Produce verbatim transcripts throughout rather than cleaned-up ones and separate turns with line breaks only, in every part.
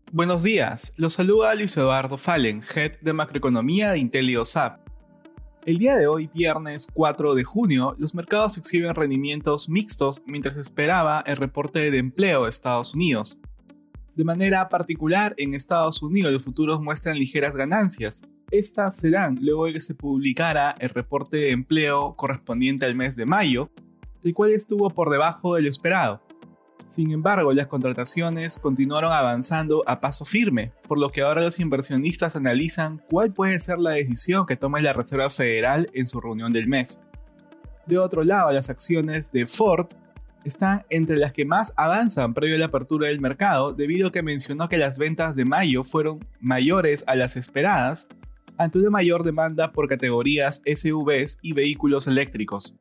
Buenos días, los saluda Luis Eduardo Fallen, Head de Macroeconomía de IntelioSAP. El día de hoy, viernes cuatro de junio, los mercados exhiben rendimientos mixtos mientras se esperaba el reporte de empleo de Estados Unidos. De manera particular, en Estados Unidos los futuros muestran ligeras ganancias. Estas serán luego de que se publicara el reporte de empleo correspondiente al mes de mayo, el cual estuvo por debajo de lo esperado. Sin embargo, las contrataciones continuaron avanzando a paso firme, por lo que ahora los inversionistas analizan cuál puede ser la decisión que tome la Reserva Federal en su reunión del mes. De otro lado, las acciones de Ford están entre las que más avanzan previo a la apertura del mercado, debido a que mencionó que las ventas de mayo fueron mayores a las esperadas, ante una mayor demanda por categorías S U Vs y vehículos eléctricos.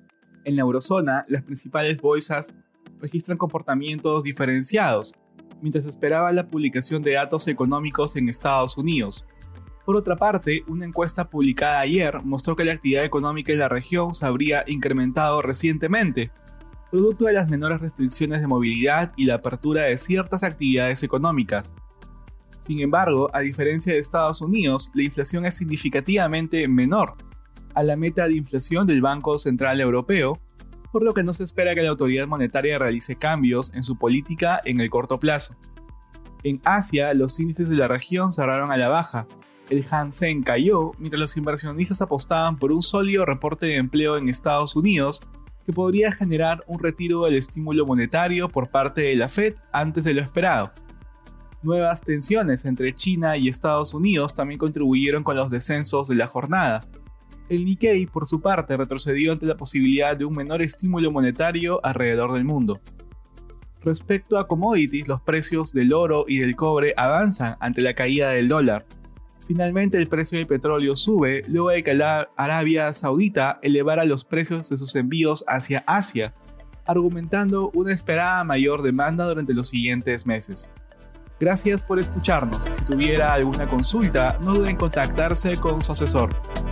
En la eurozona, las principales bolsas registran comportamientos diferenciados, mientras esperaba la publicación de datos económicos en Estados Unidos. Por otra parte, una encuesta publicada ayer mostró que la actividad económica en la región se habría incrementado recientemente, producto de las menores restricciones de movilidad y la apertura de ciertas actividades económicas. Sin embargo, a diferencia de Estados Unidos, la inflación es significativamente menor a la meta de inflación del Banco Central Europeo, por lo que no se espera que la autoridad monetaria realice cambios en su política en el corto plazo. En Asia, los índices de la región cerraron a la baja. El Hang Seng cayó, mientras los inversionistas apostaban por un sólido reporte de empleo en Estados Unidos que podría generar un retiro del estímulo monetario por parte de la Fed antes de lo esperado. Nuevas tensiones entre China y Estados Unidos también contribuyeron con los descensos de la jornada. El Nikkei, por su parte, retrocedió ante la posibilidad de un menor estímulo monetario alrededor del mundo. Respecto a commodities, los precios del oro y del cobre avanzan ante la caída del dólar. Finalmente, el precio del petróleo sube luego de que la Arabia Saudita elevara los precios de sus envíos hacia Asia, argumentando una esperada mayor demanda durante los siguientes meses. Gracias por escucharnos. Si tuviera alguna consulta, no duden en contactarse con su asesor.